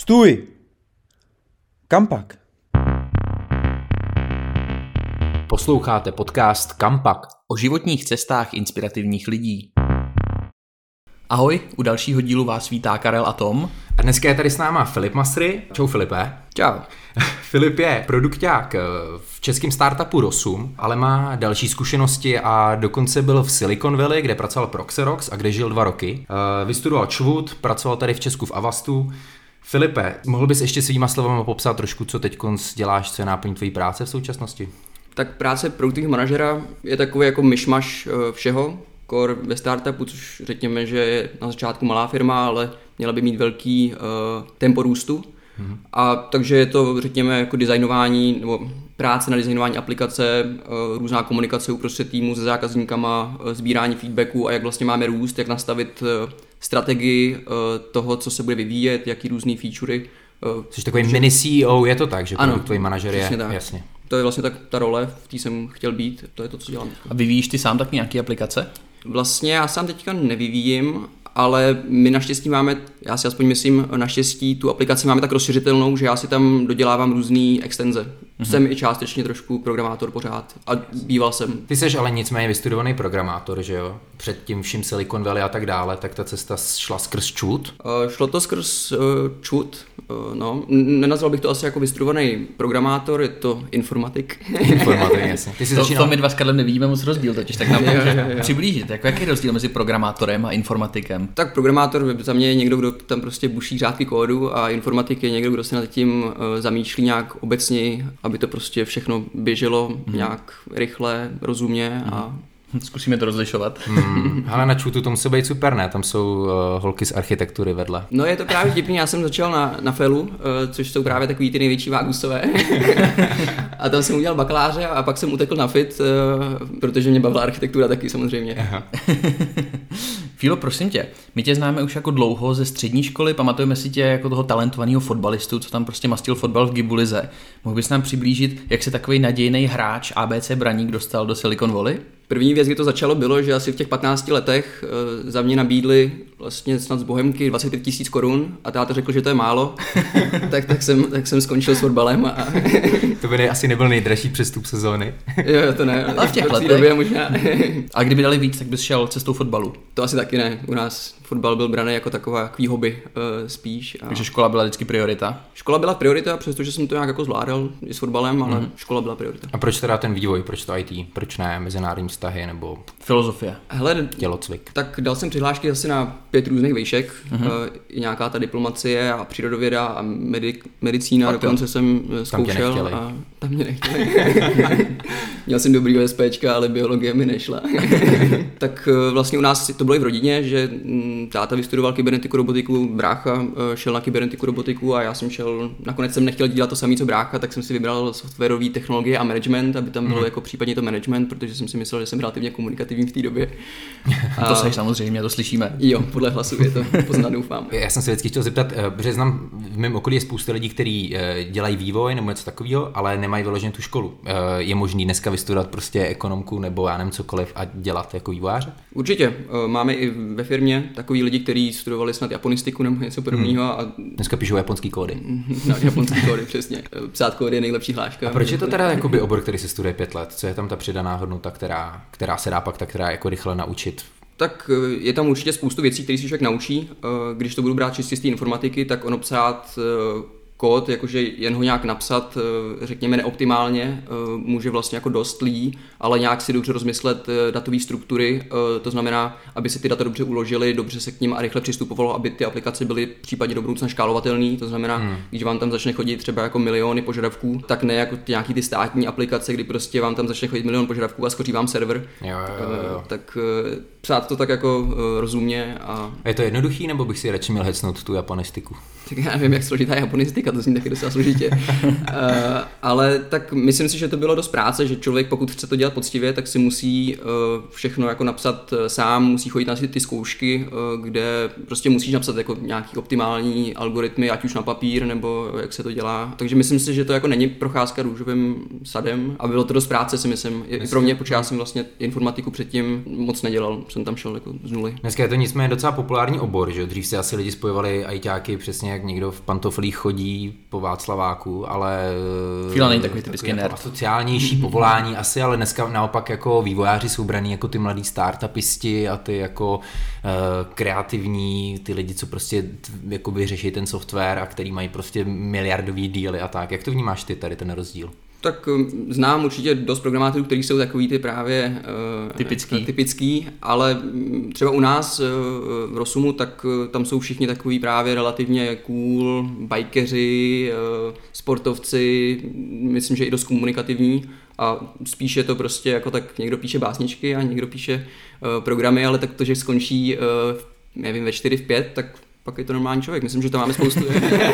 Stůj! Kam pak? Posloucháte podcast Kampak o životních cestách inspirativních lidí. Ahoj, u dalšího dílu vás vítá Karel a Tom. A dneska je tady s náma Filip Masry. Čau Filipe. Čau. Filip je produkťák v českém startupu Rosum, ale má další zkušenosti a dokonce byl v Silicon Valley, kde pracoval pro Xerox a kde žil 2 roky. Vystudoval ČVUT, pracoval tady v Česku v Avastu. Filipe, mohl bys ještě svýma slovama popsat trošku, co teď děláš, co je náplň tvojí práce v současnosti? Tak práce produktového manažera je takový jako myšmaš všeho, core ve startupu, což řekněme, že je na začátku malá firma, ale měla by mít velký tempo růstu. A takže je to, řekněme, jako designování nebo práce na designování aplikace, různá komunikace uprostřed týmu se zákazníkama, sbírání feedbacku a jak vlastně máme růst, jak nastavit strategii toho, co se bude vyvíjet, jaký různý featurey. Jsi takový mini CEO, je to tak, že produktový manažer je, tak. Jasně. To je vlastně tak ta role, v té jsem chtěl být, to je to, co dělám. A vyvíjíš ty sám tak nějaké aplikace? Vlastně já sám teďka nevyvíjím, ale my naštěstí máme, já si aspoň myslím, naštěstí tu aplikaci máme tak rozšiřitelnou, že já si tam dodělávám různý extenze. Jsem i částečně trošku programátor pořád a býval jsem. Ty seš ale nicméně vystudovaný programátor, že jo? Před tím vším Silicon Valley a tak dále, tak ta cesta šla skrz ČVUT? Šlo to skrz ČVUT, no. Nenazval bych to asi jako vystudovaný programátor, je to informatik. Informatik, jasně. Ty jsi začínal... To my dva s Karlem nevidíme moc rozdíl, totiž tak nám přiblížit. Jako, jaký je rozdíl mezi programátorem a informatikem? Tak programátor za mě je někdo, kdo tam prostě buší řádky kódu a informatik je někdo, kdo se nad tím zamýšlí nějak obecně, aby to prostě všechno běželo nějak rychle, rozumně a... Zkusíme to rozlišovat. Ale na ČVUTu to musí být super, ne? Tam jsou holky z architektury vedle. No je to právě vtipný, já jsem začal na FELu, což jsou právě takový ty největší vágusové. A tam jsem udělal bakaláře a pak jsem utekl na FIT, protože mě bavila architektura taky samozřejmě. Fílo, prosím tě, my tě známe už jako dlouho ze střední školy, pamatujeme si tě jako toho talentovaného fotbalistu, co tam prostě mastil fotbal v Gibulize. Mohl bys nám přiblížit, jak se takový nadějný hráč ABC Braník dostal do Silicon Valley? První věc, kdy to začalo, bylo, že asi v těch 15 letech za mě nabídli vlastně snad z Bohemky 25 000 korun a táta řekl, že to je málo, tak jsem skončil s fotbalem. A... To by asi nebyl nejdražší přestup sezóny. Jo, to ne. A v těch letech době možná. A kdyby dali víc, tak bys šel cestou fotbalu? To asi taky ne. U nás fotbal byl braný jako takový hobby spíš. A... Takže škola byla vždycky priorita? Škola byla priorita, přestože jsem to nějak jako zvládal i s fotbalem, ale škola byla priorita. A proč teda ten vývoj, proč to IT, proč ne mezinárodní vztahy nebo filozofie? Hele, tělocvik. Tak dal jsem přihlášky asi na 5 různých výšek, i nějaká ta diplomacie a přírodověda a medicína, dokonce jsem zkoušel a tam mě nechtěli. Měl jsem dobrý SPčka, ale biologie mi nešla. Tak vlastně u nás to bylo i v rodině, že táta vystudoval kybernetiku, robotiku, brácha šel na kybernetiku, robotiku a já jsem šel, nakonec jsem nechtěl dělat to samé co brácha, tak jsem si vybral softwarové technologie a management, aby tam bylo jako případně to management, protože jsem si myslel, že jsem relativně komunikativní v té době. To seš samozřejmě, to slyšíme. Jo, podle hlasu je to poznat, doufám. Já jsem se vždycky chtěl zeptat, protože znám v mém okolí je spousta lidí, kteří dělají vývoj nebo něco takového, ale nemají vyloženě tu školu. Je možný dneska vystudovat prostě ekonomku nebo já nevím cokoliv a dělat jako vývojáře? Určitě. Máme i ve firmě takový lidi, kteří studovali snad japonistiku nebo něco podobného. A... Dneska píšou japonský kódy. No, japonský kódy, přesně. Psát kódy je nejlepší hláška. A proč je to teda jakoby obor, který se studuje 5 let? Co je tam ta přidaná hodnota, která se dá pak tak která jako rychle naučit? Tak je tam určitě spoustu věcí, které si člověk naučí. Když to budu brát čistě z té informatiky, tak ono psát kód, jakože jen ho nějak napsat, řekněme neoptimálně, může vlastně jako dost lidí, ale nějak si dobře rozmyslet datové struktury, to znamená, aby se ty data dobře uložily, dobře se k nim a rychle přistupovalo, aby ty aplikace byly případně do budoucna škálovatelné, to znamená, když vám tam začne chodit třeba jako miliony požadavků, tak ne jako nějaký ty státní aplikace, kdy prostě vám tam začne chodit milion požadavků a skoří vám server. Jo. Tak psát to tak jako rozumně. A je to jednoduchý, nebo bych si radši měl hecnout tu japonistiku? Tak já nevím, jak složitá je japonistika, to zní taky docela složitě. Ale tak myslím si, že to bylo dost práce, že člověk, pokud chce to dělat poctivě, tak si musí všechno jako napsat sám, musí chodit na ty zkoušky, kde prostě musíš napsat jako nějaký optimální algoritmy, ať už na papír, nebo jak se to dělá. Takže myslím si, že to jako není procházka růžovým sadem a bylo to dost práce, si myslím. I pro mě, protože já jsem vlastně informatiku předtím moc nedělal, jsem tam šel jako z nuly. Dneska je to nicméně docela populární obor, že dřív si asi lidi spojovali ajťáky přesně jak někdo v pantoflích chodí po Václaváku, ale Fíla není takový typický nerd. Sociálnější povolání asi, ale dneska naopak jako vývojáři jsou braní jako ty mladí startupisti a ty jako kreativní, ty lidi, co prostě jakoby řeší ten software a který mají prostě miliardový díly a tak. Jak to vnímáš ty tady ten rozdíl? Tak znám určitě dost programátorů, kteří jsou takový ty právě typický, ale třeba u nás v Rosumu, tak tam jsou všichni takový právě relativně cool, bikeři, sportovci, myslím, že i dost komunikativní a spíš je to prostě jako tak někdo píše básničky a někdo píše programy, ale tak to, že skončí nevím, ve 4, v 5, tak pak je to normální člověk. Myslím, že to máme spoustu.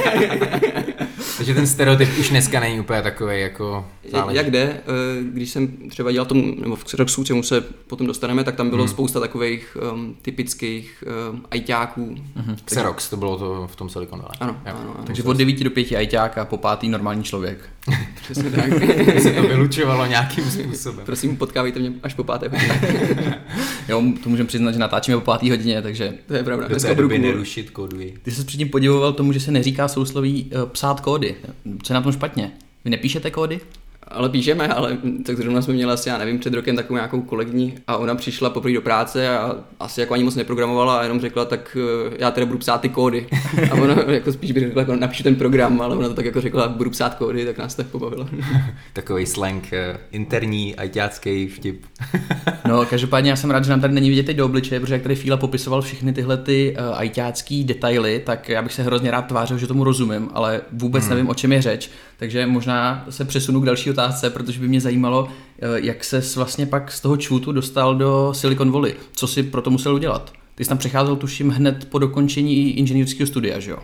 Takže ten stereotyp už dneska není úplně takový jako záleží. Jak jde, když jsem třeba dělal tomu, nebo v Xeroxu, čemu se potom dostaneme, tak tam bylo spousta takových typických ajťáků. Xerox, to bylo to v tom Silicon Valley. Ano. Takže od 9 do 5 ajťák a po 5 normální člověk. Přesně tak. Se to vylučovalo nějakým způsobem. Prosím, potkávejte mě až po 5. Jo, to můžem přiznat, že natáčíme po 5. hodině, takže to je pravda. Do té doby nerušit kóduji. Ty jsi předtím podivoval tomu, že se neříká sousloví psát kódy. Co je na tom špatně? Vy nepíšete kódy? Ale píšeme, ale tak zrovna jsme měli asi, já nevím, před rokem takovou nějakou kolegyni a ona přišla poprvé do práce a asi jako ani moc neprogramovala a jenom řekla, tak já teda budu psát ty kódy. A ona jako spíš by řekla, jako napíšu ten program, ale ona to tak jako řekla, budu psát kódy, tak nás tak pobavilo. Takový slang interní ajťácký vtip. No, každopádně já jsem rád, že nám tady není vidět teď do obličeje, protože jak tady Fíla popisoval všechny tyhle ty ajťácký detaily, tak já bych se hrozně rád tvářil, že tomu rozumím, ale vůbec nevím, o čem je řeč. Takže možná se přesunu k další otázce, protože by mě zajímalo, jak ses vlastně pak z toho čvutu dostal do Silicon Valley. Co si pro to musel udělat? Ty jsi tam přecházel, tuším, hned po dokončení inženýrského studia, že jo?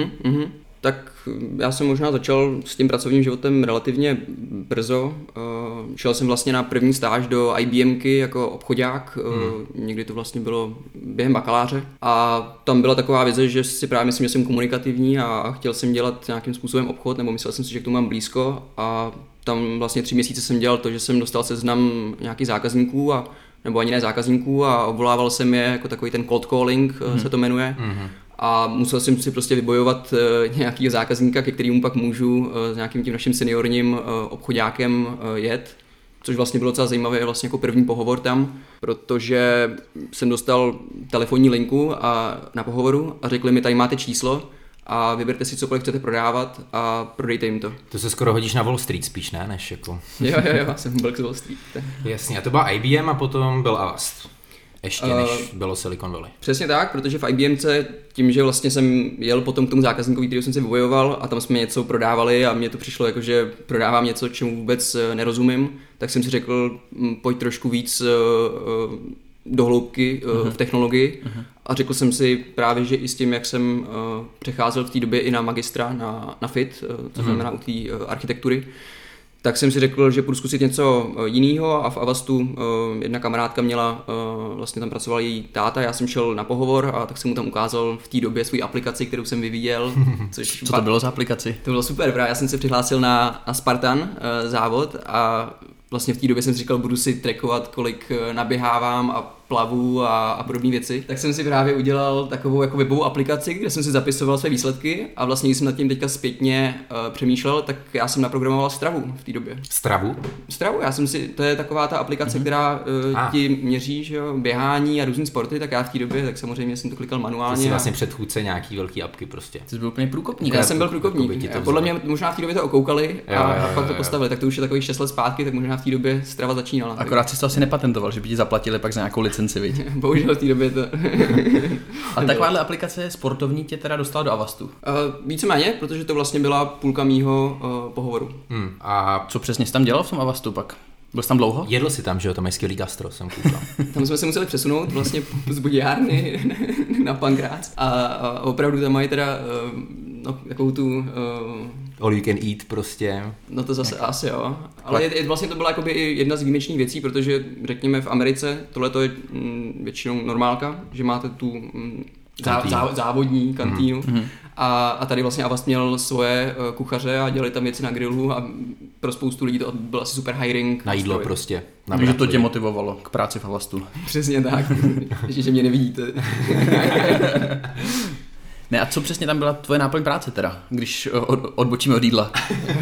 Tak já jsem možná začal s tím pracovním životem relativně brzo. Šel jsem vlastně na první stáž do IBMky jako obchodák, někdy to vlastně bylo během bakaláře a tam byla taková vize, že si právě myslím, že jsem komunikativní a chtěl jsem dělat nějakým způsobem obchod, nebo myslel jsem si, že k tomu mám blízko a tam vlastně 3 měsíce jsem dělal to, že jsem dostal seznam nějakých zákazníků nebo ani ne zákazníků a obvolával jsem je jako takový ten cold calling se to jmenuje. A musel jsem si prostě vybojovat nějakého zákazníka, ke kterému pak můžu s nějakým tím naším seniorním obchodákem jet. Což vlastně bylo docela zajímavé, vlastně jako první pohovor tam, protože jsem dostal telefonní linku na pohovoru a řekli mi, tady máte číslo a vyberte si cokoliv chcete prodávat a prodejte jim to. To se skoro hodíš na Wall Street spíš, ne? Než jako... Jo, jsem byl k Wall Street. Jasně, a to byla IBM a potom byl Avast. Ještě než bylo Silicon Valley. Přesně tak, protože v IBMce tím, že vlastně jsem jel potom k tomu zákazníkovi, který jsem si vybojoval a tam jsme něco prodávali a mně to přišlo jako, že prodávám něco, čemu vůbec nerozumím, tak jsem si řekl, pojď trošku víc do hloubky v technologii a řekl jsem si právě, že i s tím, jak jsem přecházel v té době i na magistra na FIT, co znamená u té architektury, tak jsem si řekl, že půjdu zkusit něco jiného a v Avastu jedna kamarádka měla, vlastně tam pracoval její táta, já jsem šel na pohovor a tak jsem mu tam ukázal v té době svou aplikaci, kterou jsem vyvíjel. Co to bylo za aplikaci? To bylo super, právě já jsem se přihlásil na Spartan závod a vlastně v té době jsem si říkal, budu si trackovat, kolik naběhávám a plavu a podobné věci. Tak jsem si právě udělal takovou jako webovou aplikaci, kde jsem si zapisoval své výsledky a vlastně když jsem nad tím teďka zpětně přemýšlel, tak já jsem naprogramoval Stravu v té době. Stravu? Stravu, to je taková ta aplikace, která ti měří, že jo, běhání a různý sporty, tak já v té době, tak samozřejmě jsem to klikal manuálně. Ty jsi vlastně předchůdce nějaký velký apky prostě. Ty jsi byl úplně průkopník. Já jsem byl průkopník. Podle mě možná v té době to okoukali a pak to postavili, tak to už je takových 6 let zpátky, tak možná v té době Strava začínala. Akorát si to asi nepatentoval, že by ti zaplatili pak za nějakou licenci, viď? Bohužel v té době to... A takováhle aplikace sportovní tě teda dostala do Avastu? Víceméně, protože to vlastně byla půlka mýho pohovoru. A co přesně jsi tam dělal v tom Avastu pak? Byl jsi tam dlouho? Jedl si tam, že jo, tam je skvělý gastro, jsem koukal. Tam jsme se museli přesunout vlastně z Budějárny na Pankrác a opravdu tam mají teda No, takovou tu... All you can eat prostě. No to zase asi jo. Ale vlastně to byla jakoby i jedna z výjimečných věcí, protože řekněme v Americe tohle je většinou normálka, že máte tu závodní kantýnu. Mm-hmm. A tady vlastně Avast měl svoje kuchaře a dělali tam věci na grilu a pro spoustu lidí to byl asi super hiring. Na jídlo prostě. Takže to tě motivovalo k práci v Avastu. Přesně tak, že mě nevidíte. Ne, a co přesně tam byla tvoje náplň práce teda, když odbočíme od jídla?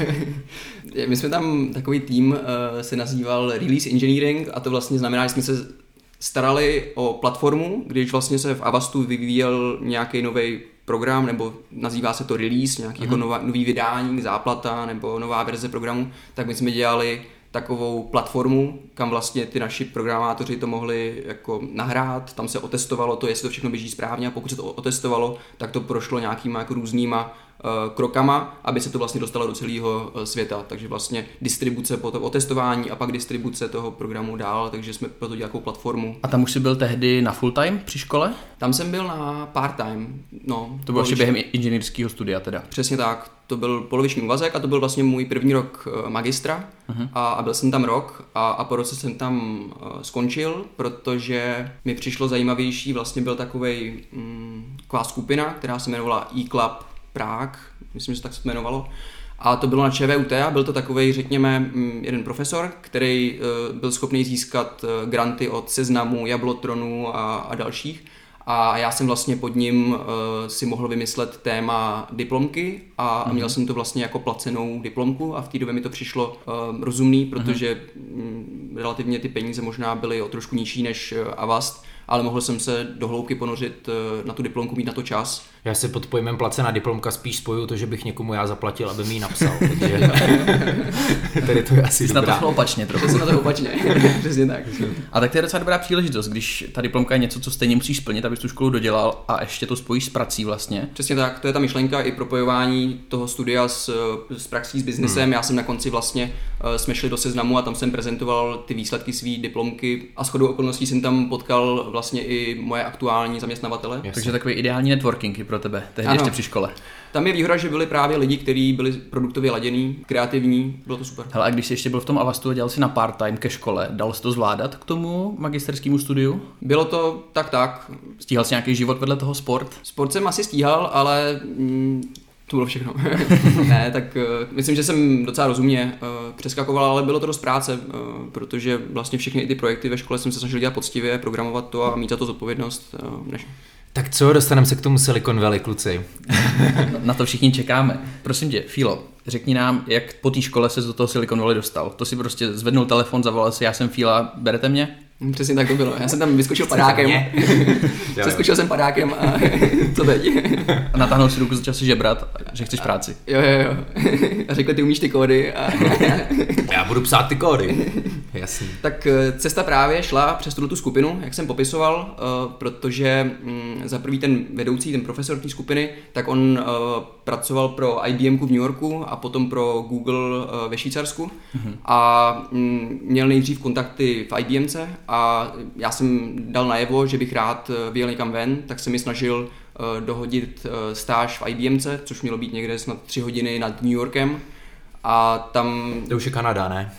My jsme tam, takový tým se nazýval Release Engineering a to vlastně znamená, že jsme se starali o platformu, když vlastně se v Avastu vyvíjel nějaký nový program, nebo nazývá se to release, nějaký jako nový vydání, záplata nebo nová verze programu, tak my jsme dělali takovou platformu, kam vlastně ty naši programátoři to mohli jako nahrát, tam se otestovalo to, jestli to všechno běží správně a pokud se to otestovalo, tak to prošlo nějakýma jako různýma krokama, aby se to vlastně dostalo do celého světa, takže vlastně distribuce po to otestování a pak distribuce toho programu dál, takže jsme proto dělali nějakou platformu. A tam už jsi byl tehdy na full time při škole? Tam jsem byl na part time, no. To bylo ještě během inženýrského studia teda? Přesně tak, to byl poloviční úvazek a to byl vlastně můj první rok magistra a byl jsem tam rok a po roce jsem tam skončil, protože mi přišlo zajímavější, vlastně byl takovej taková skupina, která se jmenovala eClub Prague, myslím, že se tak se jmenovalo. A to bylo na ČVUT a byl to takovej, řekněme, jeden profesor, který byl schopný získat granty od Seznamu, Jablotronu a dalších. A já jsem vlastně pod ním si mohl vymyslet téma diplomky a měl jsem to vlastně jako placenou diplomku a v té době mi to přišlo rozumný, protože relativně ty peníze možná byly o trošku nižší než Avast, ale mohl jsem se do hloubky ponořit na tu diplomku, mít na to čas. Já si pod pojmem placená diplomka spíš spojuju to, že bych někomu já zaplatil, aby mi ji napsal, takže tady to je asi dobrá. Jsi na to opačně trochu. Jsi na to opačně, přesně tak. A tak to je docela dobrá příležitost, když ta diplomka je něco, co stejně musíš splnit, abys tu školu dodělal a ještě to spojíš s prací vlastně. Přesně tak, to je ta myšlenka i propojování toho studia s praxí, s biznesem. Já jsem na konci vlastně, jsme šli do Seznamu a tam jsem prezentoval ty výsledky své diplomky a shodou okolností jsem tam potkal vlastně i moje aktuální zaměstnavatele. Takže takový ideální networking pro tebe, tehdy ještě při škole. Tam je výhoda, že byli právě lidi, kteří byli produktově ladění, kreativní, bylo to super. Hele, a když jsi ještě byl v tom Avastu a dělal si na part-time ke škole, dal jsi to zvládat k tomu magisterskému studiu? Bylo to tak. Stíhal jsi nějaký život vedle toho sport? Sport jsem asi stíhal, ale to bylo všechno. Ne, tak myslím, že jsem docela rozumně přeskakoval, ale bylo to dost práce, protože vlastně všechny ty projekty ve škole jsem se snažil dělat poctivě, programovat to a mít za to zodpovědnost. Tak co, dostaneme se k tomu Silicon Valley, kluci. Na to všichni čekáme. Prosím tě, Fílo, řekni nám, jak po té škole se do toho Silicon Valley dostal. To si prostě zvednul telefon, zavolal si, já jsem Fíla, berete mě? Přesně tak to bylo. Já jsem tam vyskočil padákem. Přeskočil jsem padákem a co teď? A natáhnul si ruku, začal si žebrat, že chceš práci. Jo. A řekl, ty umíš ty kódy. A já budu psát ty kódy. Jasný. Tak cesta právě šla přes tu skupinu, jak jsem popisoval, protože za prvý ten vedoucí, ten profesor té skupiny, tak on pracoval pro IBMku v New Yorku a potom pro Google ve Švýcarsku a měl nejdřív kontakty v IBMce a já jsem dal najevo, že bych rád vyjel někam ven, tak jsem mi snažil dohodit stáž v IBMce, což mělo být někde snad 3 hodiny nad New Yorkem. A tam... To už je Kanada, ne?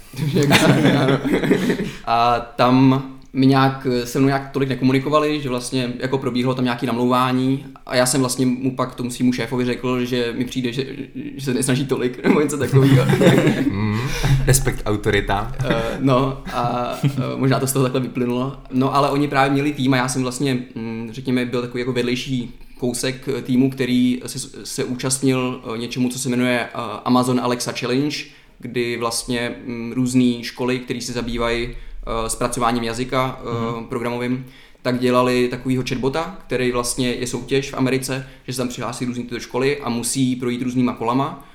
A tam se mnou nějak tolik nekomunikovali, že vlastně jako probíhlo tam nějaké namlouvání a já jsem vlastně mu pak tomu svýmu šéfovi řekl, že mi přijde, že se nesnaží tolik nebo něco takového. Respekt autorita. No a možná to z toho takhle vyplynulo. No ale oni právě měli tým a já jsem vlastně, řekněme, byl takový jako vedlejší kousek týmu, který se účastnil něčemu, co se jmenuje Amazon Alexa Challenge, kdy vlastně různé školy, které se zabývají zpracováním jazyka programovým, tak dělali takovýho chatbota, který vlastně je soutěž v Americe, že se tam přihlásí různé tyto školy a musí projít různýma kolama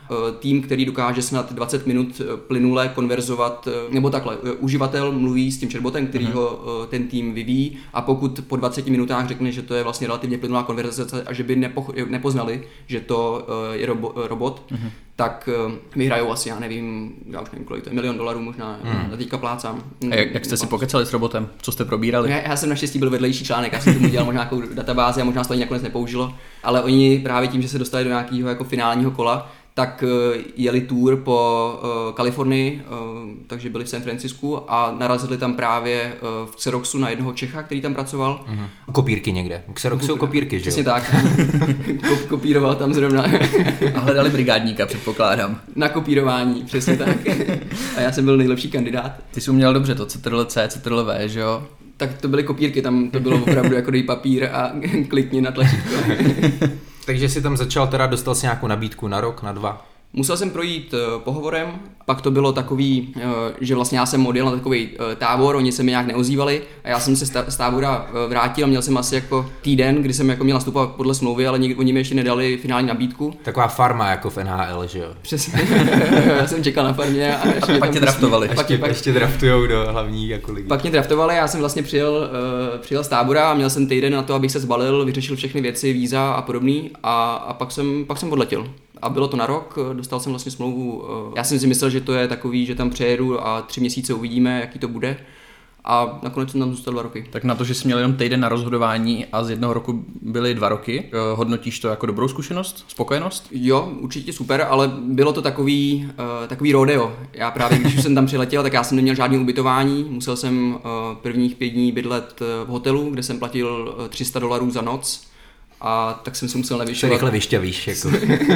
tým, který dokáže snad 20 minut plynule konverzovat, nebo takhle, uživatel mluví s tím chatbotem, který ho ten tým vyvíjí a pokud po 20 minutách řekne, že to je vlastně relativně plynulá konverzace a že by nepoznali, že to je robot, tak vyhrajou asi, já už nevím kolik to je, $1 milion možná, a teďka plácám. A jak jste si pokecali s robotem? Co jste probírali? Já jsem naštěstí byl vedlejší článek, já jsem tomu dělal možná nějakou databázi a možná se to ani nakonec nepoužilo, ale oni právě tím, že se dostali do nějakého jako finálního kola, tak jeli tour po Kalifornii, takže byli v San Francisku a narazili tam právě v Xeroxu na jednoho Čecha, který tam pracoval. Kopírky někde. Xeroxu jsou kopírky, že jo? Přesně tak. Kopíroval tam zrovna. A hledali brigádníka, předpokládám. Na kopírování, přesně tak. A já jsem byl nejlepší kandidát. Ty jsi uměl dobře to Ctrl-C, Ctrl-V, že jo? Tak to byly kopírky, tam to bylo opravdu jako dej papír a klikni na tlačítko. Takže si tam začal, dostal si nějakou nabídku na rok, na 2? Musel jsem projít pohovorem, pak to bylo takový, že vlastně já jsem odjel na takový tábor, oni se mi nějak neozývali a já jsem se z tábora vrátil a měl jsem asi jako týden, kdy jsem jako měl nastupovat podle smlouvy, ale oni mi ještě nedali finální nabídku. Taková farma jako v NHL, že jo? Přesně, já jsem čekal na farmě a pak tě draftovali. Ještě draftujou do hlavní jako ligy. Pak mě draftovali, já jsem vlastně přijel z tábora a měl jsem týden na to, abych se zbalil, vyřešil všechny věci, víza a podobný a pak jsem odletěl. A bylo to na rok, dostal jsem vlastně smlouvu, já jsem si myslel, že to je takový, že tam přejedu a 3 měsíce uvidíme, jaký to bude. A nakonec jsem tam zůstal 2 roky. Tak na to, že jsi měl jenom týden na rozhodování a z 1 roku byly 2 roky, hodnotíš to jako dobrou zkušenost, spokojenost? Jo, určitě super, ale bylo to takový rodeo. Já právě, když už jsem tam přiletěl, tak já jsem neměl žádné ubytování, musel jsem prvních 5 dní bydlet v hotelu, kde jsem platil $300 za noc. A tak jsem se musel navyšovat. Se rychle vyšťavíš, jako.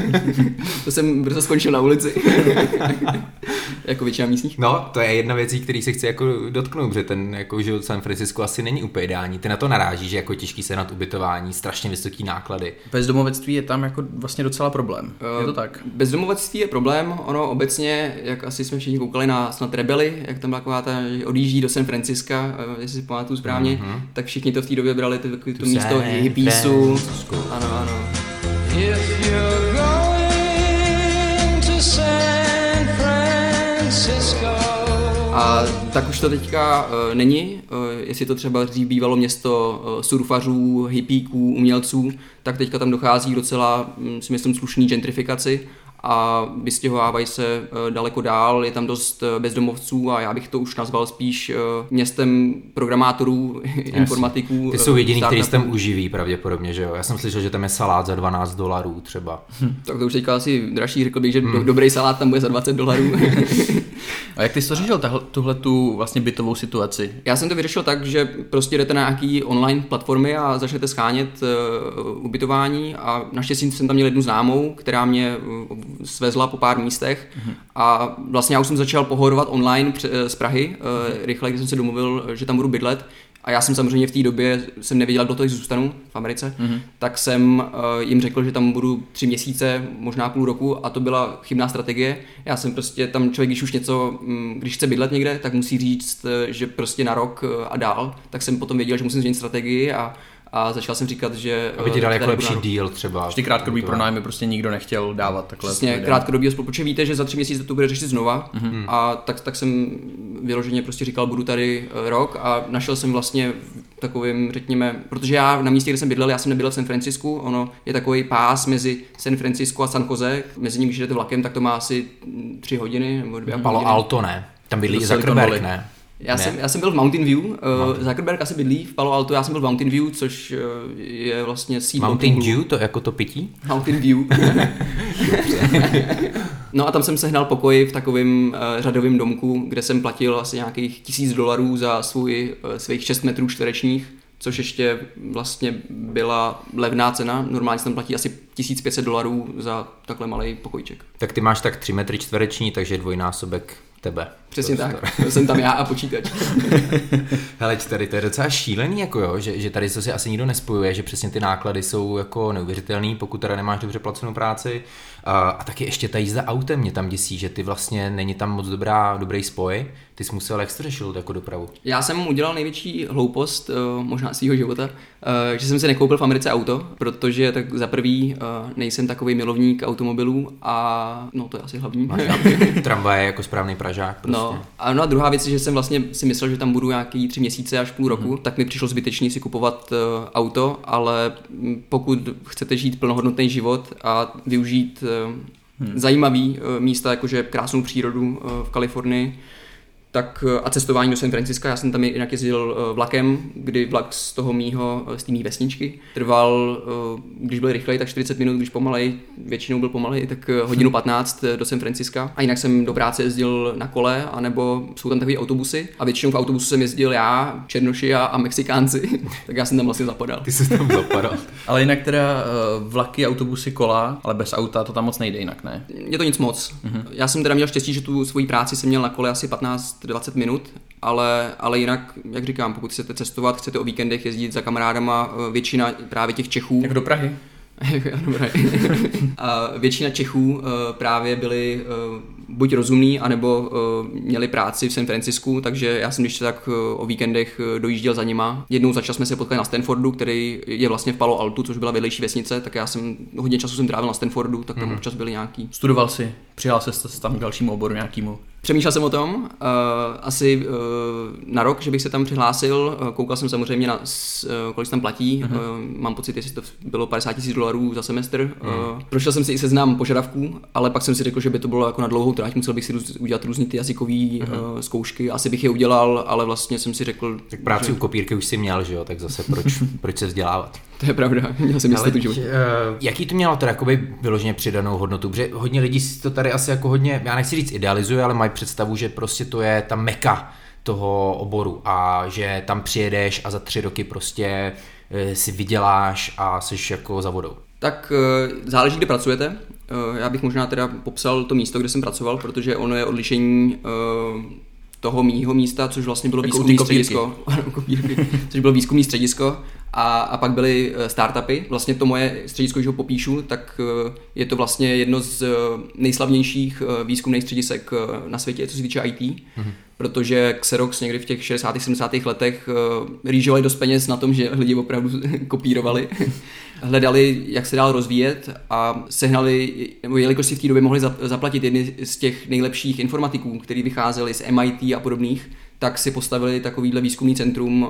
To jsem brzo skončil na ulici. Jako většina místních. No, to je jedna věc, který se chci jako dotknout, protože ten jako život v San Francisku asi není úplně ideální. Ty na to narážíš, že jako těžký sehnat ubytování, strašně vysoký náklady. Bezdomovectví je tam jako vlastně docela problém. Je to tak? Bezdomovectví je problém, ono obecně, jak asi jsme všichni koukali na snad Rebely, jak tam taková ta, že odjíždí do San Francisca, jestli si pamatuju správně, tak všichni to v té době brali to místo hippiesu. Ano. If you're going to San Francisco. A tak už to teďka není, jestli to třeba dřív bývalo město surfařů, hippíků, umělců, tak teďka tam dochází docela, si myslím, slušný gentrifikaci a vystěhovávají se daleko dál, je tam dost bezdomovců a já bych to už nazval spíš městem programátorů, informatiků. Ty jsou jediný, kteří se tam uživí pravděpodobně, že jo? Já jsem slyšel, že tam je salát za $12 třeba. Tak to už teďka asi dražší, řekl bych, že dobrý salát tam bude za $20. A jak ty jsi to řešil, tuhletu vlastně bytovou situaci? Já jsem to vyřešil tak, že prostě jdete na nějaký online platformy a začnete schánět ubytování a naštěstí jsem tam měl jednu známou, která mě svezla po pár místech a vlastně já už jsem začal pohodovat online z Prahy, rychle, když jsem se domluvil, že tam budu bydlet. A já jsem samozřejmě v té době jsem nevěděl, kdo tady zůstanu v Americe, tak jsem jim řekl, že tam budu 3 měsíce, možná půl roku a to byla chybná strategie. Já jsem prostě tam člověk, když chce bydlet někde, tak musí říct, že prostě na rok a dál, tak jsem potom věděl, že musím změnit strategii a začal jsem říkat, že... Aby ti dali jako lepší deal třeba. Vždy krátkodobý pronájmy prostě nikdo nechtěl dávat takhle. Přesně, krátkodobý spolu, protože víte, že za 3 měsíce to bude řešit znova a tak jsem vyloženě prostě říkal, budu tady rok a našel jsem vlastně takovým, řekněme, protože já na místě, kde jsem bydlel, já jsem nebydlel v San Francisku, ono je takový pás mezi San Francisco a San Jose, mezi ním, když jdete vlakem, tak to má asi 3 hodiny nebo 2 Palo hodiny. Alto ne, tam bydlí Zuckerberg, ne? Já jsem byl v Mountain View, Zuckerberg asi bydlí v Palo Alto, já jsem byl v Mountain View, což je vlastně sídlo. Mountain Dew, to jako to pití? Mountain View. No a tam jsem sehnal pokoj v takovém řadovém domku, kde jsem platil asi nějakých $1000 za svých 6 metrů čtverečních, což ještě vlastně byla levná cena. Normálně se tam platí asi $1500 za takhle malý pokojček. Tak ty máš tak 3 metry čtvereční, takže dvojnásobek tebe. Přesně tak, jsem tam já a počítač. Hele, tady to je docela šílený, jako jo, že tady to si asi nikdo nespojuje, že přesně ty náklady jsou jako neuvěřitelný, pokud teda nemáš dobře placenou práci. A taky ještě ta jízda autem mě tam děsí, že ty vlastně není tam moc dobrý spoj. Ty jsi musel, jak jsi řešil jako dopravu? Já jsem udělal největší hloupost možná svýho života, že jsem si nekoupil v Americe auto, protože tak za prvý nejsem takový milovník automobilů a no to je asi hlavní. Máš tramvaje jako správný Pražák prostě. No a druhá věc je, že jsem vlastně si myslel, že tam budu nějaký 3 měsíce až půl roku, tak mi přišlo zbytečný si kupovat auto, ale pokud chcete žít plnohodnotný život a využít zajímavý místa, jakože krásnou přírodu v Kalifornii, tak a cestování do San Francisca, já jsem tam jinak jezdil vlakem, kdy vlak z té mý vesničky trval, když byl rychlej, tak 40 minut, když pomalej, většinou byl pomalej, tak hodinu 15 do San Francisca. A jinak jsem do práce jezdil na kole, anebo jsou tam takový autobusy a většinou v autobusu jsem jezdil já, Černoši a Mexikánci, tak já jsem tam vlastně zapadal. Ty jsi tam zapadal. Ale jinak teda vlaky, autobusy, kola, ale bez auta to tam moc nejde jinak, ne? Je to nic moc. Já jsem teda měl štěstí, že tu svoji práci jsem měl na kole asi 15-20 minut, ale jinak, jak říkám, pokud chcete cestovat, chcete o víkendech jezdit za kamarádama, většina právě těch Čechů. Jak do Prahy. A většina Čechů právě byli buď rozumní, anebo měli práci v San Francisku, takže já jsem když tak o víkendech dojížděl za nima. Jednou za čas jsme se potkali na Stanfordu, který je vlastně v Palo Altu, což byla vedlejší vesnice, tak já jsem hodně času jsem trávil na Stanfordu, tak tam občas byli nějaký. Studoval si, přihlásil jsi tam k dalšímu oboru nějakému? Přemýšlel jsem o tom, asi na rok, že bych se tam přihlásil, koukal jsem samozřejmě na kolik se tam platí, mám pocit, jestli to bylo $50,000 za semestr. Prošel jsem si i seznam požadavků, ale pak jsem si řekl, že by to bylo jako na dlouhou trať, musel bych si udělat různý ty jazykové zkoušky, asi bych je udělal, ale vlastně jsem si řekl... Tak práci u kopírky už si měl, že jo, tak zase proč se vzdělávat? To je pravda, měl jsem jistotu život. Jaký to mělo teda jakoby vyloženě přidanou hodnotu? Protože hodně lidí si to tady asi jako hodně, já nechci říct idealizuje, ale mají představu, že prostě to je ta meka toho oboru a že tam přijedeš a za 3 roky prostě si vyděláš a jsi jako za vodou. Tak záleží, kde pracujete. Já bych možná teda popsal to místo, kde jsem pracoval, protože ono je odlišení toho mýho místa, což vlastně bylo výzkumné středisko. Což bylo výzkumné středisko a pak byly startupy. Vlastně to moje středisko, když ho popíšu, tak je to vlastně jedno z nejslavnějších výzkumných středisek na světě, co se týče IT. Protože Xerox někdy v těch 60. 70. letech rýžovali dost peněz na tom, že lidi opravdu kopírovali. Hledali, jak se dál rozvíjet a sehnali, nebo jelikož si v té době mohli zaplatit jedny z těch nejlepších informatiků, který vycházeli z MIT a podobných, tak si postavili takovýhle výzkumný centrum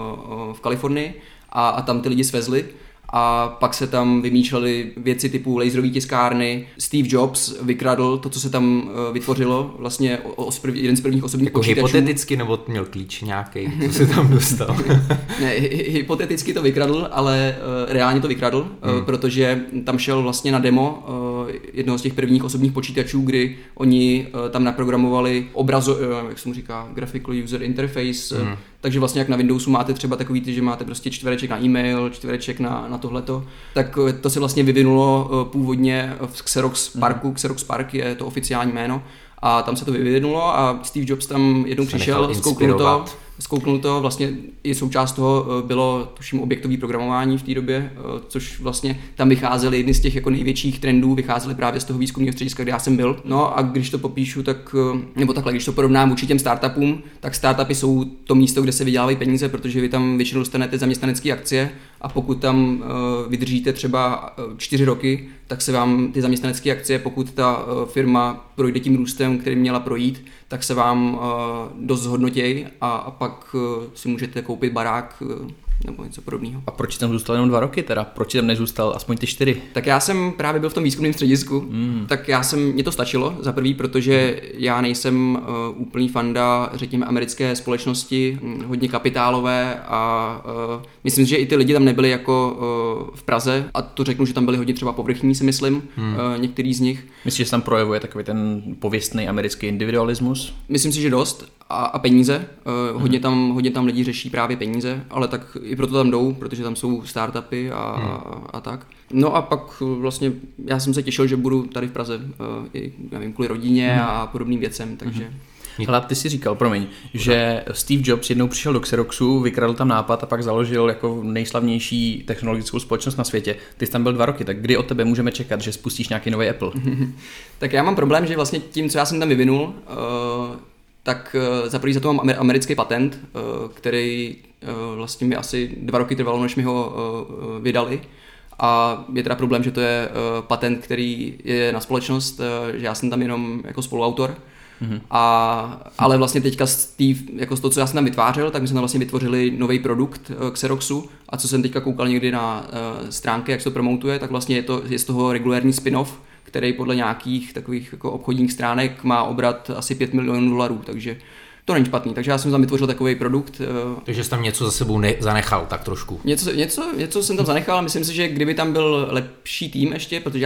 v Kalifornii a tam ty lidi svezli. A pak se tam vymýšlely věci typu laserové tiskárny. Steve Jobs vykradl to, co se tam vytvořilo, vlastně jeden z prvních osobních jako počítačů. Hypoteticky, nebo měl klíč nějaký, co se tam dostal? Ne, hypoteticky to vykradl, ale reálně to vykradl, protože tam šel vlastně na demo jednoho z těch prvních osobních počítačů, kdy oni tam naprogramovali jak se mu říká, graphical user interface, takže vlastně jak na Windowsu máte třeba takový, že máte prostě čtvereček na e-mail, čtvereček na tohleto, tak to se vlastně vyvinulo původně v Xerox Parku, Xerox Park je to oficiální jméno a tam se to vyvinulo a Steve Jobs tam jednou přišel, zkouknul to, vlastně i součást toho bylo tuším objektový programování v té době, což vlastně tam vycházely jedny z těch jako největších trendů, vycházely právě z toho výzkumného střediska, kde já jsem byl. No a když to popíšu, tak, nebo takhle, když to porovnám vůči těm startupům, tak startupy jsou to místo, kde se vydělávají peníze, protože vy tam většinou dostanete zaměstnanecké akcie a pokud tam vydržíte třeba 4 roky, tak se vám ty zaměstnanecké akcie, pokud ta firma projde tím růstem, který měla projít, tak se vám dost zhodnotějí a pak si můžete koupit barák nebo něco podobného. A proč tam zůstal jenom 2 roky teda? Proč tam nezůstal aspoň ty 4? Tak já jsem právě byl v tom výzkumném středisku, tak mě to stačilo za prvý, protože já nejsem úplný fanda, řekněme, americké společnosti, hodně kapitálové a myslím si, že i ty lidi tam nebyli jako v Praze a to řeknu, že tam byli hodně třeba povrchní, si myslím, některý z nich. Myslíš, že se tam projevuje takový ten pověstný americký individualismus? Myslím si, že dost a peníze. Hodně tam lidi řeší právě peníze, ale tak i proto tam jdou, protože tam jsou startupy a tak. No a pak vlastně já jsem se těšil, že budu tady v Praze, i, nevím, kvůli rodině a podobným věcem, takže... Hele, ty si říkal, že Steve Jobs jednou přišel do Xeroxu, vykradl tam nápad a pak založil jako nejslavnější technologickou společnost na světě. Ty jsi tam byl 2 roky, tak kdy od tebe můžeme čekat, že spustíš nějaký nový Apple? Tak já mám problém, že vlastně tím, co já jsem tam vyvinul, tak za první za to mám americký patent, který vlastně mi asi 2 roky trvalo, než mi ho vydali. A je teda problém, že to je patent, který je na společnost, že já jsem tam jenom jako spoluautor. Ale vlastně teďka z toho, co já jsem tam vytvářel, tak my jsme tam vlastně vytvořili nový produkt Xeroxu a co jsem teďka koukal někdy na stránky, jak se to promotuje, tak vlastně je z toho regulérní spin-off, který podle nějakých takových jako obchodních stránek má obrat asi $5 milionů, takže to není špatný, takže já jsem tam vytvořil takový produkt. Takže jsi tam něco za sebou zanechal, tak trošku. Něco jsem tam zanechal, ale myslím si, že kdyby tam byl lepší tým ještě, protože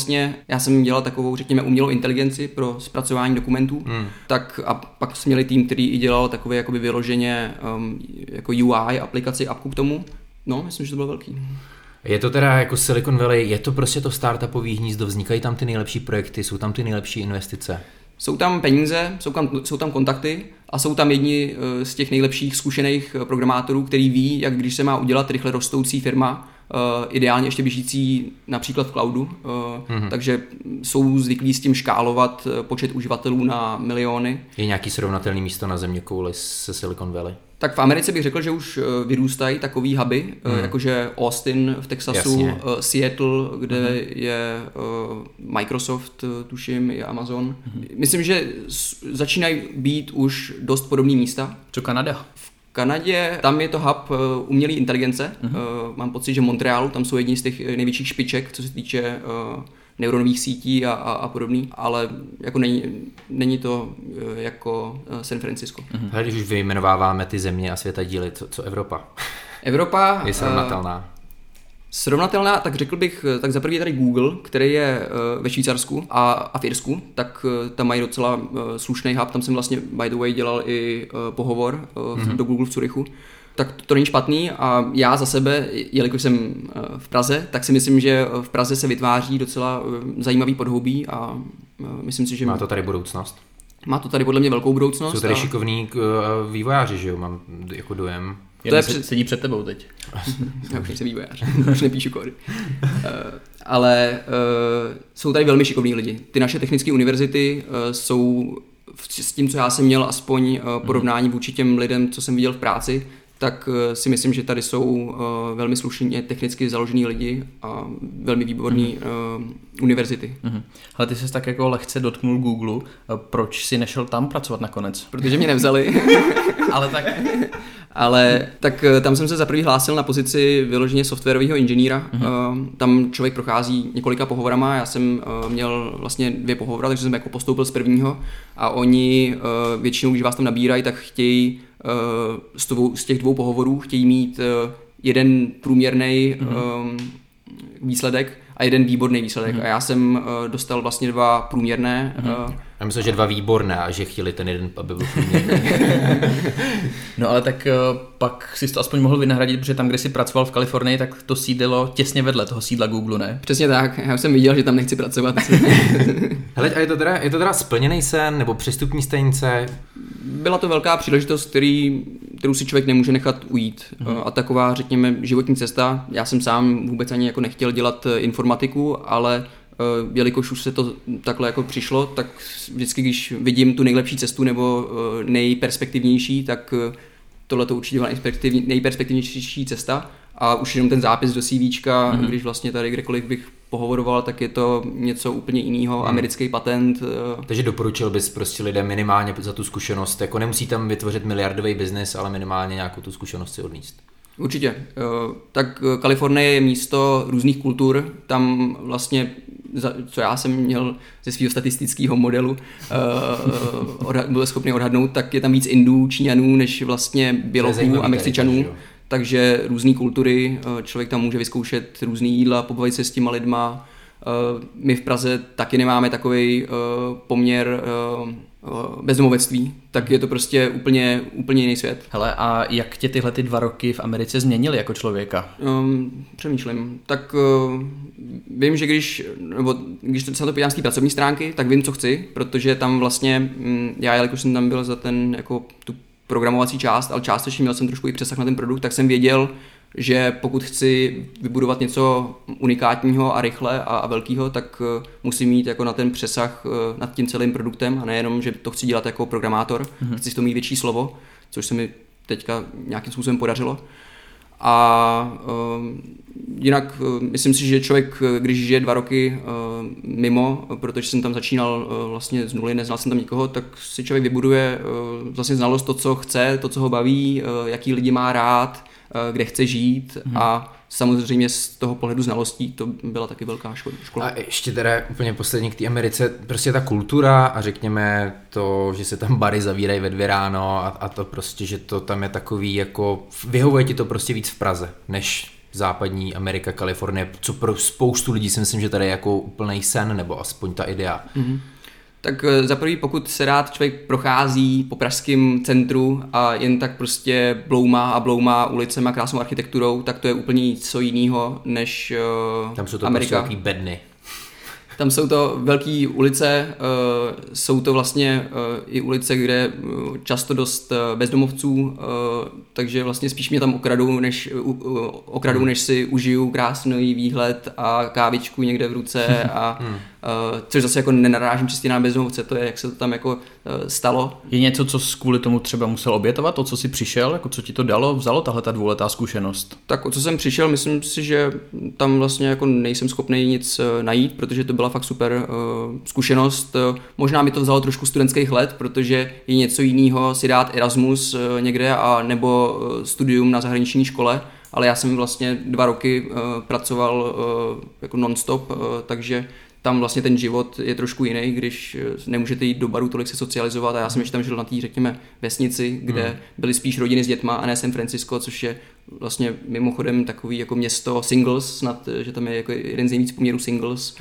já jsem dělal takovou, řekněme, umělou inteligenci pro zpracování dokumentů, tak a pak jsme měli tým, který i dělal takové jakoby vyloženě jako UI aplikaci, appku k tomu. No, myslím, že to bylo velký. Je to teda jako Silicon Valley, je to prostě to startupový hnízdo, vznikají tam ty nejlepší projekty, jsou tam ty nejlepší investice. Jsou tam peníze, jsou tam kontakty a jsou tam jedni z těch nejlepších zkušených programátorů, který ví, jak když se má udělat rychle rostoucí firma, ideálně ještě běžící například v cloudu, takže jsou zvyklí s tím škálovat počet uživatelů na miliony. Je nějaký srovnatelný místo na zeměkouli se Silicon Valley? Tak v Americe bych řekl, že už vyrůstají takový huby, jakože Austin v Texasu, Seattle, kde je Microsoft, tuším, i Amazon. Myslím, že začínají být už dost podobný místa. Co Kanada? V Kanadě, tam je to hub umělé inteligence. Mám pocit, že v Montrealu, tam jsou jedni z těch největších špiček, co se týče neuronových sítí a podobný, ale jako není to jako San Francisco. Hele, když už vyjmenováváme ty země a světadíly, co Evropa? Evropa je srovnatelná. Srovnatelná, tak řekl bych, tak za první tady Google, který je ve Švýcarsku a v Irsku, tak tam mají docela slušný hub, tam jsem vlastně by the way dělal i pohovor do Google v Curychu. Tak to není špatný a já za sebe, jelikož jsem v Praze, tak si myslím, že v Praze se vytváří docela zajímavý podhoubí a myslím si, že... Má to tady budoucnost? Má to tady podle mě velkou budoucnost. Jsou tady šikovní vývojáři, že jo, mám jako dojem. Sedí před tebou teď. Já už nejsem vývojář, už nepíšu kódy. Ale jsou tady velmi šikovní lidi. Ty naše technické univerzity jsou s tím, co já jsem měl aspoň porovnání vůči těm lidem, co jsem viděl v práci, tak si myslím, že tady jsou velmi slušně technicky založení lidi a velmi výborný univerzity. Ale ty ses tak jako lehce dotknul Google, proč si nešel tam pracovat nakonec? Protože mě nevzali. Ale tak tam jsem se za prvý hlásil na pozici vyloženě softwarového inženýra. Tam člověk prochází několika pohovorama, já jsem měl vlastně 2 pohovory, takže jsem jako postoupil z prvního a oni většinou, když vás tam nabírají, tak chtějí z těch 2 pohovorů chtějí mít jeden průměrný výsledek a jeden výborný výsledek. A já jsem dostal vlastně 2 průměrné. Já myslím, že 2 výborné a že chtěli ten jeden, aby byl průměrný. No ale tak pak si to aspoň mohl vynahradit, protože tam, kde jsi pracoval v Kalifornii, tak to sídlilo těsně vedle toho sídla Google, ne? Přesně tak, já jsem viděl, že tam nechci pracovat. Hele, a je to teda splněný sen nebo přestupní stanice? Byla to velká příležitost, kterou si člověk nemůže nechat ujít. A taková, řekněme, životní cesta. Já jsem sám vůbec ani jako nechtěl dělat informatiku, ale jelikož už se to takhle jako přišlo, tak vždycky, když vidím tu nejlepší cestu nebo nejperspektivnější, tak tohle to určitě byla nejperspektivnější cesta. A už jenom ten zápis do CVčka, když vlastně tady kdekoliv bych pohovoroval, tak je to něco úplně jiného, americký patent. Takže doporučil bys prostě lidem minimálně za tu zkušenost, jako nemusí tam vytvořit miliardový biznis, ale minimálně nějakou tu zkušenost si odníst. Určitě. Tak Kalifornie je místo různých kultur, tam vlastně, co já jsem měl ze svého statistického modelu, byl schopný odhadnout, tak je tam víc Indů, Číňanů, než vlastně Bělochů a Mexičanů. Takže různé kultury, člověk tam může vyzkoušet různý jídla, pobavit se s těma lidma. My v Praze taky nemáme takový poměr bezdomovectví, tak je to prostě úplně jiný svět. Hele, a jak tě tyhle 2 roky v Americe změnily jako člověka? Přemýšlím. Tak vím, že když se na to podívám z té pracovní stránky, tak vím, co chci, protože tam vlastně, já jelikož jsem tam byl za ten, jako tu programovací část, ale částečně měl jsem trošku i přesah na ten produkt, tak jsem věděl, že pokud chci vybudovat něco unikátního a rychle a velkého, tak musím mít jako na ten přesah nad tím celým produktem a nejenom, že to chci dělat jako programátor, chci v tom mít větší slovo, což se mi teďka nějakým způsobem podařilo. A jinak myslím si, že člověk, když žije 2 roky mimo, protože jsem tam začínal vlastně z nuly, neznal jsem tam nikoho, tak si člověk vybuduje vlastně znalost to, co chce, to, co ho baví, jaký lidi má rád, kde chce žít a samozřejmě z toho pohledu znalostí to byla taky velká škola. A ještě teda úplně poslední k té Americe, prostě ta kultura a řekněme to, že se tam bary zavírají ve 2 ráno a to prostě, že to tam je takový jako, vyhovuje ti to prostě víc v Praze, než západní Amerika, Kalifornie, co pro spoustu lidí si myslím, že tady je jako úplnej sen, nebo aspoň ta idea. Tak za prvý, pokud se rád člověk prochází po pražském centru a jen tak prostě bloumá ulicemi a krásnou architekturou, tak to je úplně něco jiného než tam jsou to Amerika. Prostě velký bedny. Tam jsou to velké ulice, jsou to vlastně i ulice, kde často dost bezdomovců, takže vlastně spíš mě tam okradou, než si užiju krásný výhled a kávičku někde v ruce a což zase jako nenarážím čistě na bezdomovce, to je, jak se to tam jako stalo. Je něco, co kvůli tomu třeba musel obětovat, to, co jsi přišel, jako co ti to vzalo tahle ta 2letá zkušenost? Tak o co jsem přišel, myslím si, že tam vlastně jako nejsem schopný nic najít, protože to byla fakt super zkušenost. Možná mi to vzalo trošku studentských let, protože je něco jiného si dát Erasmus někde a nebo studium na zahraniční škole, ale já jsem vlastně 2 roky pracoval jako non-stop, takže tam vlastně ten život je trošku jiný, když nemůžete jít do baru tolik se socializovat a já jsem ještě tam žil na té, řekněme, vesnici, kde byly spíš rodiny s dětma a ne San Francisco, což je vlastně mimochodem takový jako město singles, snad, že tam je jako jeden z nejvíc poměrů singles.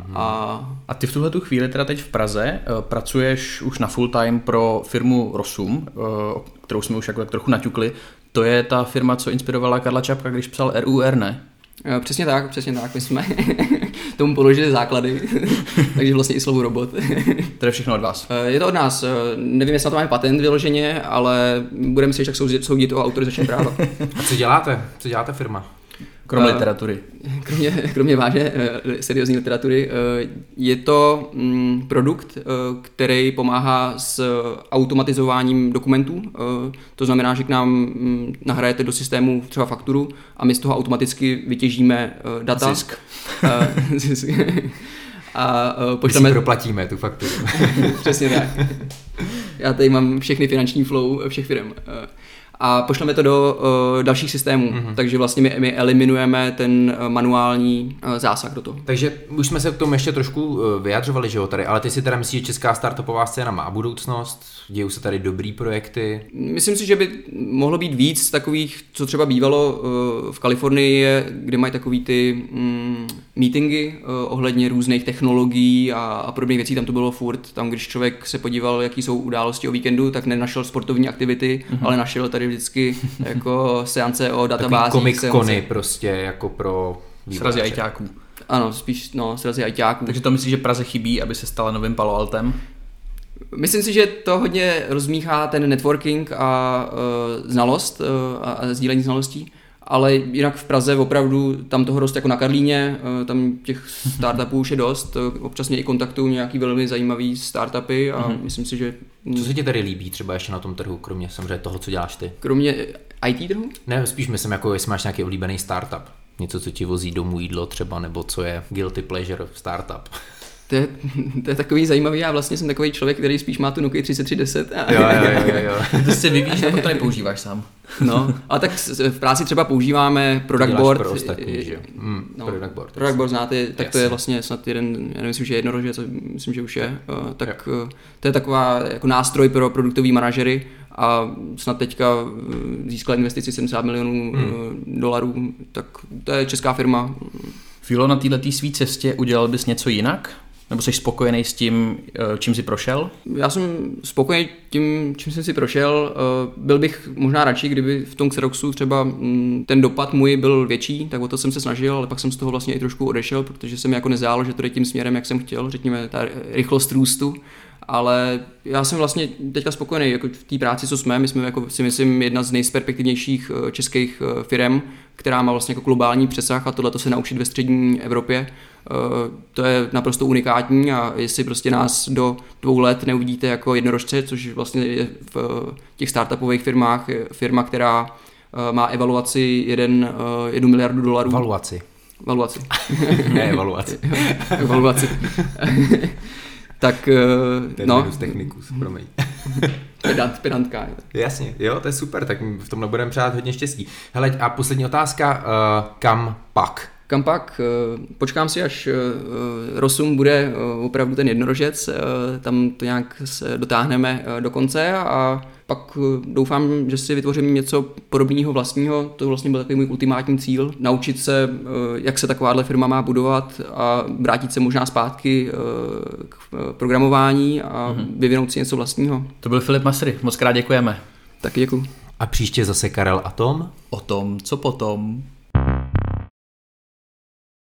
A ty v tuhletu chvíli teda teď v Praze pracuješ už na full time pro firmu Rosum, kterou jsme už jako tak trochu naťukli. To je ta firma, co inspirovala Karla Čapka, když psal RUR, ne? Přesně tak, my jsme tomu položili základy, takže vlastně i slovo robot. To je všechno od vás? Je to od nás, nevím, jestli na to máme patent vyloženě, ale budeme si tak soudit o autorizační práva. A co děláte? Co děláte firma? Kromě literatury. Kromě vážně seriózní literatury. Je to produkt, který pomáhá s automatizováním dokumentů. To znamená, že k nám nahrajete do systému třeba fakturu a my z toho automaticky vytěžíme data. Zisk. A pošleme... My si proplatíme tu fakturu. Přesně tak. Já tady mám všechny finanční flow všech firm. A pošleme to do dalších systémů, takže vlastně my eliminujeme ten manuální zásah do toho. Takže už jsme se k tomu ještě trošku vyjadřovali, že jo, tady, ale ty si teda myslíš, že česká startupová scéna má budoucnost, dějou se tady dobrý projekty? Myslím si, že by mohlo být víc takových, co třeba bývalo v Kalifornii, kde mají takový ty meetingy ohledně různých technologií a podobných věcí, tam to bylo furt, tam když člověk se podíval, jaký jsou události o víkendu, tak nenašel sportovní aktivity, ale našel tady vždycky jako seance o databázích. Takový comic-cony prostě jako pro srazy ajťáků. Ano, spíš srazy ajťáků. Takže to myslíš, že Praze chybí, aby se stala novým Palo Altem? Myslím si, že to hodně rozmíchá ten networking a znalost a sdílení znalostí, ale jinak v Praze opravdu tam toho roste jako na Karlíně, tam těch startupů už je dost, občas mě i kontaktují nějaký velmi zajímavý startupy a myslím si, že... Co se ti tady líbí třeba ještě na tom trhu, kromě samozřejmě toho, co děláš ty? Kromě IT trhu? Ne, spíš myslím, jako jestli máš nějaký oblíbený startup, něco, co ti vozí domů jídlo třeba, nebo co je guilty pleasure startup. To je takový zajímavý, já vlastně jsem takový člověk, který spíš má tu Nokia 3310. Jo. Ty se vyvíjíš, nebo to nepoužíváš sám? No, ale tak v práci třeba používáme Product Board. Pro ostatní, že jo? Product Board znáte, tak to je vlastně snad jeden, já nemyslím, že je jednorožě, co myslím, že už je. Tak to je taková jako nástroj pro produktový manažery a snad teďka získala investici 70 milionů dolarů, tak to je česká firma. Filo, na této svý cestě udělal bys něco jinak? Nebo jsi spokojený s tím, čím jsi prošel? Já jsem spokojený tím, čím jsem si prošel. Byl bych možná radši, kdyby v tom Xeroxu třeba ten dopad můj byl větší, tak o to jsem se snažil, ale pak jsem z toho vlastně i trošku odešel, protože se mi jako nezdálo, že to jde tím směrem, jak jsem chtěl, řekněme ta rychlost růstu. ale já jsem vlastně teďka spokojený jako v té práci, co jsme. My jsme jako si myslím jedna z nejperspektivnějších českých firm, která má vlastně jako globální přesah a tohleto se naučit ve střední Evropě. To je naprosto unikátní a jestli prostě nás do 2 let neuvidíte jako jednorožce, což vlastně je v těch startupových firmách firma, která má evaluaci 1 miliardu dolarů. Valuaci. Ne, evaluaci. Evaluaci. Tak, no. Technikus, promiň. Pedantka. Jasně, jo, to je super, tak v tomhle budeme přát hodně štěstí. Hele, a poslední otázka, kam pak? Kam pak? Počkám si, až Rosum bude opravdu ten jednorožec, tam to nějak se dotáhneme do konce a pak doufám, že si vytvořím něco podobného vlastního, to vlastně byl takový můj ultimátní cíl, naučit se, jak se takováhle firma má budovat a vrátit se možná zpátky k programování a vyvinout si něco vlastního. To byl Filip Masry, moc krát děkujeme. Taky děkuju. A příště zase Karel a Tom? O tom, co potom.